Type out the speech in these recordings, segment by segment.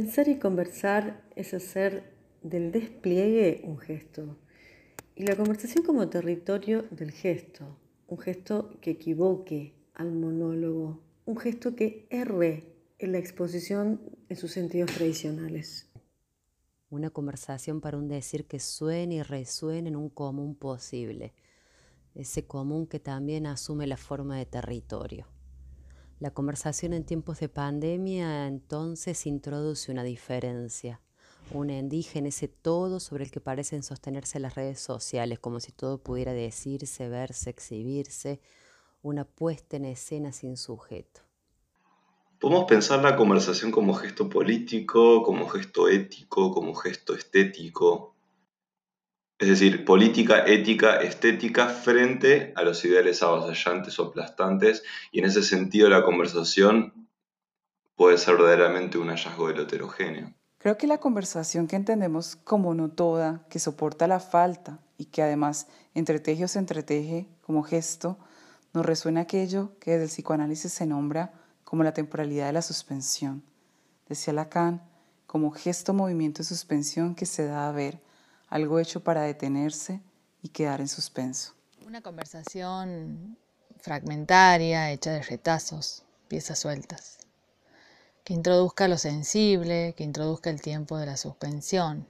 Pensar y conversar es hacer del despliegue un gesto y la conversación como territorio del gesto, un gesto que equivoque al monólogo, un gesto que erre en la exposición en sus sentidos tradicionales. Una conversación para un decir que suene y resuene en un común posible, ese común que también asume la forma de territorio. La conversación en tiempos de pandemia entonces introduce una diferencia, un endije en ese todo sobre el que parecen sostenerse las redes sociales, como si todo pudiera decirse, verse, exhibirse, una puesta en escena sin sujeto. Podemos pensar la conversación como gesto político, como gesto ético, como gesto estético. Es decir, política, ética, estética frente a los ideales avasallantes o aplastantes, y en ese sentido la conversación puede ser verdaderamente un hallazgo de lo heterogéneo. Creo que la conversación que entendemos como no toda, que soporta la falta y que además entreteje o se entreteje como gesto, nos resuena aquello que desde el psicoanálisis se nombra como la temporalidad de la suspensión. Decía Lacan, como gesto, movimiento y suspensión que se da a ver, algo hecho para detenerse y quedar en suspenso. Una conversación fragmentaria, hecha de retazos, piezas sueltas, que introduzca lo sensible, que introduzca el tiempo de la suspensión,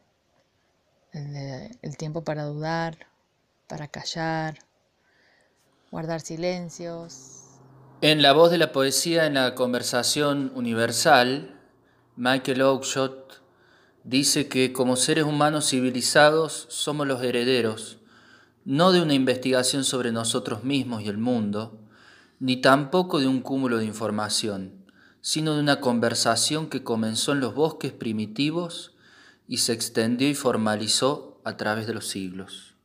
el tiempo para dudar, para callar, guardar silencios. En La voz de la poesía en la conversación universal, Michael Oakeshott dice que como seres humanos civilizados somos los herederos, no de una investigación sobre nosotros mismos y el mundo, ni tampoco de un cúmulo de información, sino de una conversación que comenzó en los bosques primitivos y se extendió y formalizó a través de los siglos.